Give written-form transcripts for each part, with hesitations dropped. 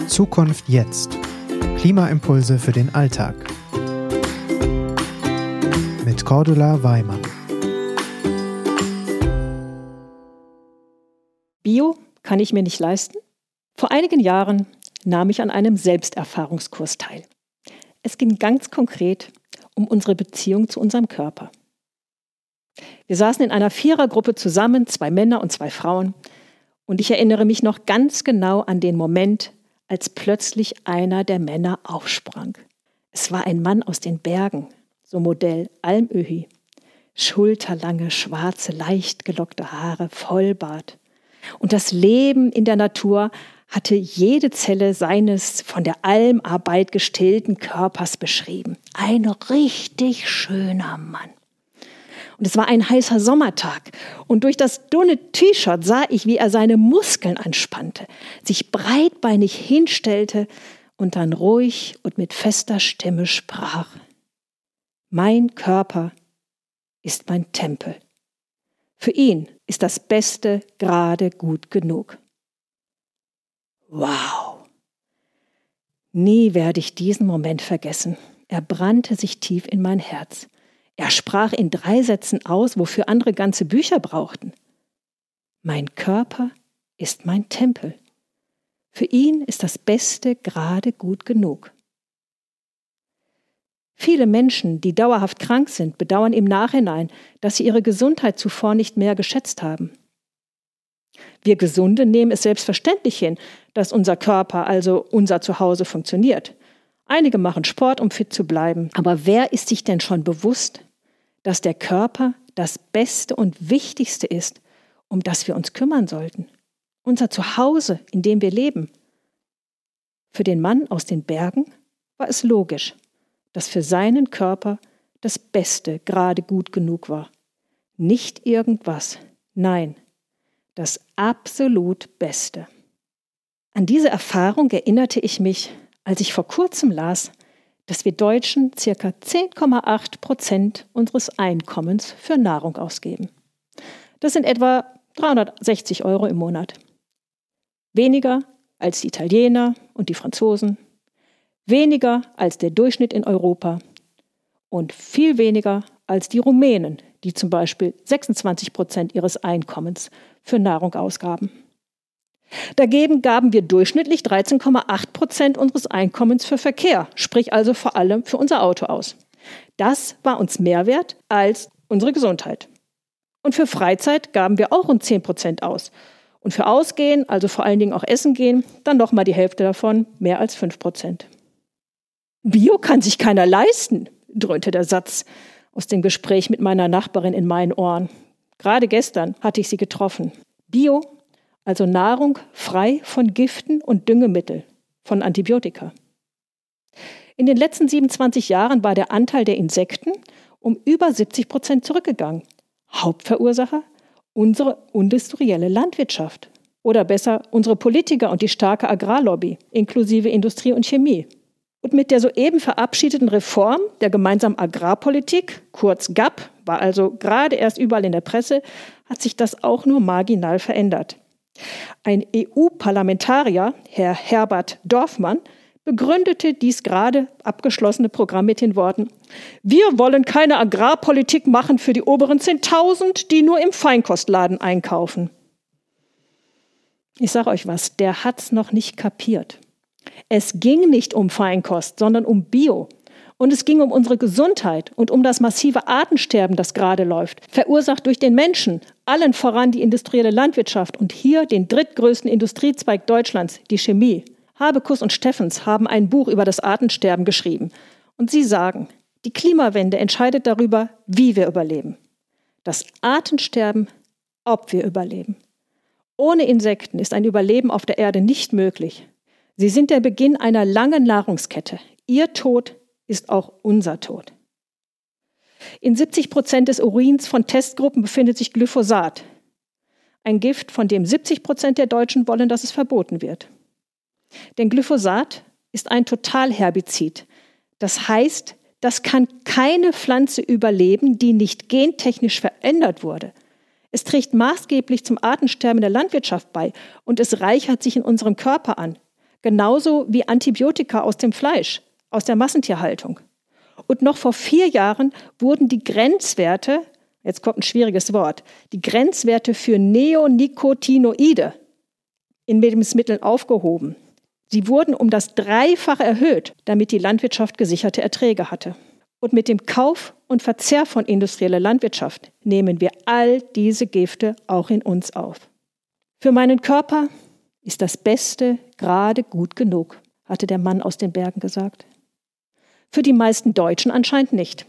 Zukunft jetzt. Klimaimpulse für den Alltag. Mit Cordula Weimann. Bio kann ich mir nicht leisten? Vor einigen Jahren nahm ich an einem Selbsterfahrungskurs teil. Es ging ganz konkret um unsere Beziehung zu unserem Körper. Wir saßen in einer Vierergruppe zusammen, 2 Männer und 2 Frauen. Und ich erinnere mich noch ganz genau an den Moment, als plötzlich einer der Männer aufsprang. Es war ein Mann aus den Bergen, so Modell Almöhi. Schulterlange, schwarze, leicht gelockte Haare, Vollbart. Und das Leben in der Natur hatte jede Zelle seines von der Almarbeit gestählten Körpers beschrieben. Ein richtig schöner Mann. Und es war ein heißer Sommertag. Und durch das dünne T-Shirt sah ich, wie er seine Muskeln anspannte, sich breitbeinig hinstellte und dann ruhig und mit fester Stimme sprach. Mein Körper ist mein Tempel. Für ihn ist das Beste gerade gut genug. Wow! Nie werde ich diesen Moment vergessen. Er brannte sich tief in mein Herz. Er sprach in 3 Sätzen aus, wofür andere ganze Bücher brauchten. Mein Körper ist mein Tempel. Für ihn ist das Beste gerade gut genug. Viele Menschen, die dauerhaft krank sind, bedauern im Nachhinein, dass sie ihre Gesundheit zuvor nicht mehr geschätzt haben. Wir Gesunde nehmen es selbstverständlich hin, dass unser Körper, also unser Zuhause, funktioniert. Einige machen Sport, um fit zu bleiben. Aber wer ist sich denn schon bewusst, dass der Körper das Beste und Wichtigste ist, um das wir uns kümmern sollten? Unser Zuhause, in dem wir leben. Für den Mann aus den Bergen war es logisch, dass für seinen Körper das Beste gerade gut genug war. Nicht irgendwas, nein, das absolut Beste. An diese Erfahrung erinnerte ich mich, als ich vor kurzem las, dass wir Deutschen ca. 10,8% unseres Einkommens für Nahrung ausgeben. Das sind etwa 360 € im Monat. Weniger als die Italiener und die Franzosen, weniger als der Durchschnitt in Europa und viel weniger als die Rumänen, die zum Beispiel 26% ihres Einkommens für Nahrung ausgaben. Dagegen gaben wir durchschnittlich 13,8% unseres Einkommens für Verkehr, sprich also vor allem für unser Auto aus. Das war uns mehr wert als unsere Gesundheit. Und für Freizeit gaben wir auch rund 10% aus. Und für Ausgehen, also vor allen Dingen auch Essen gehen, dann nochmal die Hälfte davon, mehr als 5%. Bio kann sich keiner leisten, dröhnte der Satz aus dem Gespräch mit meiner Nachbarin in meinen Ohren. Gerade gestern hatte ich sie getroffen. Bio, also Nahrung frei von Giften und Düngemittel, von Antibiotika. In den letzten 27 Jahren war der Anteil der Insekten um über 70% zurückgegangen. Hauptverursacher? Unsere industrielle Landwirtschaft. Oder besser, unsere Politiker und die starke Agrarlobby, inklusive Industrie und Chemie. Und mit der soeben verabschiedeten Reform der gemeinsamen Agrarpolitik, kurz GAP, war also gerade erst überall in der Presse, hat sich das auch nur marginal verändert. Ein EU-Parlamentarier, Herr Herbert Dorfmann, begründete dies gerade abgeschlossene Programm mit den Worten: Wir wollen keine Agrarpolitik machen für die oberen 10.000, die nur im Feinkostladen einkaufen. Ich sage euch was, der hat's noch nicht kapiert. Es ging nicht um Feinkost, sondern um Bio. Und es ging um unsere Gesundheit und um das massive Artensterben, das gerade läuft, verursacht durch den Menschen, allen voran die industrielle Landwirtschaft und hier den drittgrößten Industriezweig Deutschlands, die Chemie. Habekus und Steffens haben ein Buch über das Artensterben geschrieben. Und sie sagen, die Klimawende entscheidet darüber, wie wir überleben. Das Artensterben, ob wir überleben. Ohne Insekten ist ein Überleben auf der Erde nicht möglich. Sie sind der Beginn einer langen Nahrungskette. Ihr Tod ist auch unser Tod. In 70% des Urins von Testgruppen befindet sich Glyphosat. Ein Gift, von dem 70% der Deutschen wollen, dass es verboten wird. Denn Glyphosat ist ein Totalherbizid. Das heißt, das kann keine Pflanze überleben, die nicht gentechnisch verändert wurde. Es trägt maßgeblich zum Artensterben in der Landwirtschaft bei und es reichert sich in unserem Körper an. Genauso wie Antibiotika aus dem Fleisch, aus der Massentierhaltung. Und noch vor 4 Jahren wurden die Grenzwerte, jetzt kommt ein schwieriges Wort, die Grenzwerte für Neonicotinoide in Lebensmitteln aufgehoben. Sie wurden um das 3-fache erhöht, damit die Landwirtschaft gesicherte Erträge hatte. Und mit dem Kauf und Verzehr von industrieller Landwirtschaft nehmen wir all diese Gifte auch in uns auf. Für meinen Körper ist das Beste gerade gut genug, hatte der Mann aus den Bergen gesagt. Für die meisten Deutschen anscheinend nicht.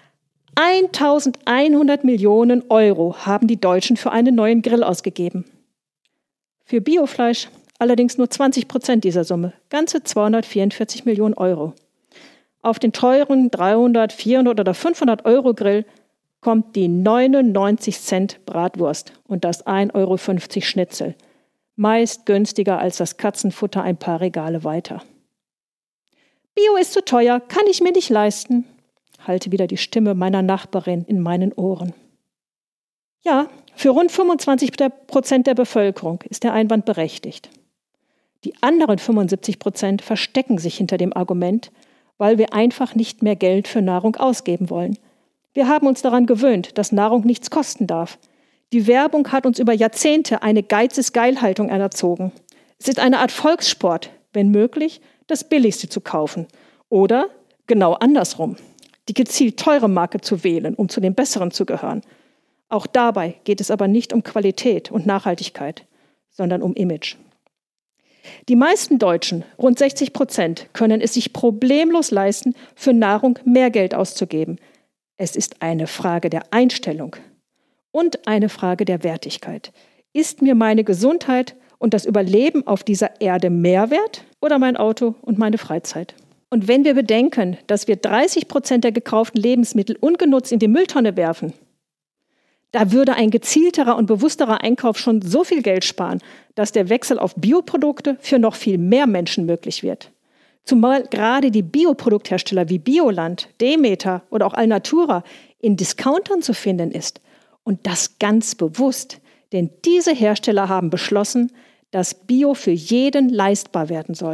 1.100 Millionen Euro haben die Deutschen für einen neuen Grill ausgegeben. Für Biofleisch allerdings nur 20% dieser Summe, ganze 244 Millionen Euro. Auf den teuren 300, 400 oder 500 Euro Grill kommt die 99 Cent Bratwurst und das 1,50 Euro Schnitzel. Meist günstiger als das Katzenfutter ein paar Regale weiter. Bio ist zu teuer, kann ich mir nicht leisten, hallte wieder die Stimme meiner Nachbarin in meinen Ohren. Ja, für rund 25% der Bevölkerung ist der Einwand berechtigt. Die anderen 75% verstecken sich hinter dem Argument, weil wir einfach nicht mehr Geld für Nahrung ausgeben wollen. Wir haben uns daran gewöhnt, dass Nahrung nichts kosten darf. Die Werbung hat uns über Jahrzehnte eine Geiz-ist-geil-Haltung anerzogen. Es ist eine Art Volkssport, wenn möglich, das Billigste zu kaufen. Oder genau andersrum, die gezielt teure Marke zu wählen, um zu den Besseren zu gehören. Auch dabei geht es aber nicht um Qualität und Nachhaltigkeit, sondern um Image. Die meisten Deutschen, rund 60%, können es sich problemlos leisten, für Nahrung mehr Geld auszugeben. Es ist eine Frage der Einstellung und eine Frage der Wertigkeit. Ist mir meine Gesundheit und das Überleben auf dieser Erde mehr wert oder mein Auto und meine Freizeit? Und wenn wir bedenken, dass wir 30% der gekauften Lebensmittel ungenutzt in die Mülltonne werfen, da würde ein gezielterer und bewussterer Einkauf schon so viel Geld sparen, dass der Wechsel auf Bioprodukte für noch viel mehr Menschen möglich wird. Zumal gerade die Bioprodukthersteller wie Bioland, Demeter oder auch Alnatura in Discountern zu finden ist. Und das ganz bewusst, denn diese Hersteller haben beschlossen, dass Bio für jeden leistbar werden soll.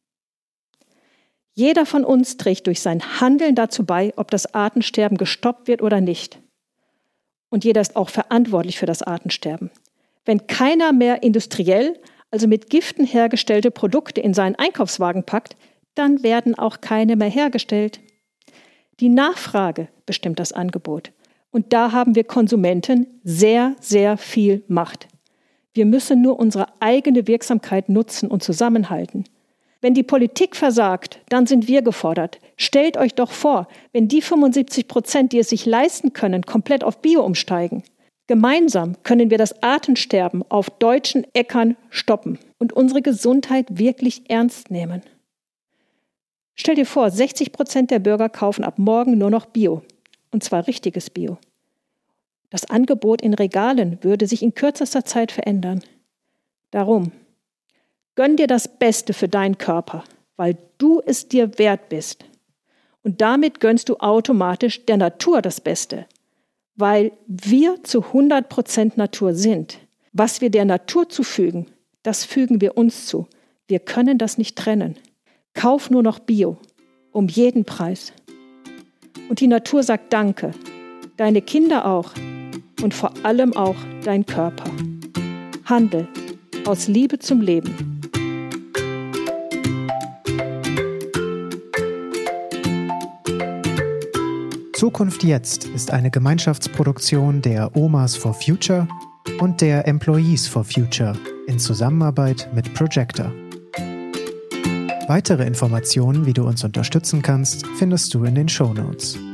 Jeder von uns trägt durch sein Handeln dazu bei, ob das Artensterben gestoppt wird oder nicht. Und jeder ist auch verantwortlich für das Artensterben. Wenn keiner mehr industriell, also mit Giften hergestellte Produkte in seinen Einkaufswagen packt, dann werden auch keine mehr hergestellt. Die Nachfrage bestimmt das Angebot. Und da haben wir Konsumenten sehr, sehr viel Macht. Wir müssen nur unsere eigene Wirksamkeit nutzen und zusammenhalten. Wenn die Politik versagt, dann sind wir gefordert. Stellt euch doch vor, wenn die 75%, die es sich leisten können, komplett auf Bio umsteigen. Gemeinsam können wir das Artensterben auf deutschen Äckern stoppen und unsere Gesundheit wirklich ernst nehmen. Stell dir vor, 60% der Bürger kaufen ab morgen nur noch Bio. Und zwar richtiges Bio. Das Angebot in Regalen würde sich in kürzester Zeit verändern. Darum, gönn dir das Beste für deinen Körper, weil du es dir wert bist. Und damit gönnst du automatisch der Natur das Beste, weil wir zu 100% Natur sind. Was wir der Natur zufügen, das fügen wir uns zu. Wir können das nicht trennen. Kauf nur noch Bio, um jeden Preis. Und die Natur sagt Danke, deine Kinder auch und vor allem auch dein Körper. Handel aus Liebe zum Leben. Zukunft jetzt ist eine Gemeinschaftsproduktion der Omas for Future und der Employees for Future in Zusammenarbeit mit Projector. Weitere Informationen, wie du uns unterstützen kannst, findest du in den Shownotes.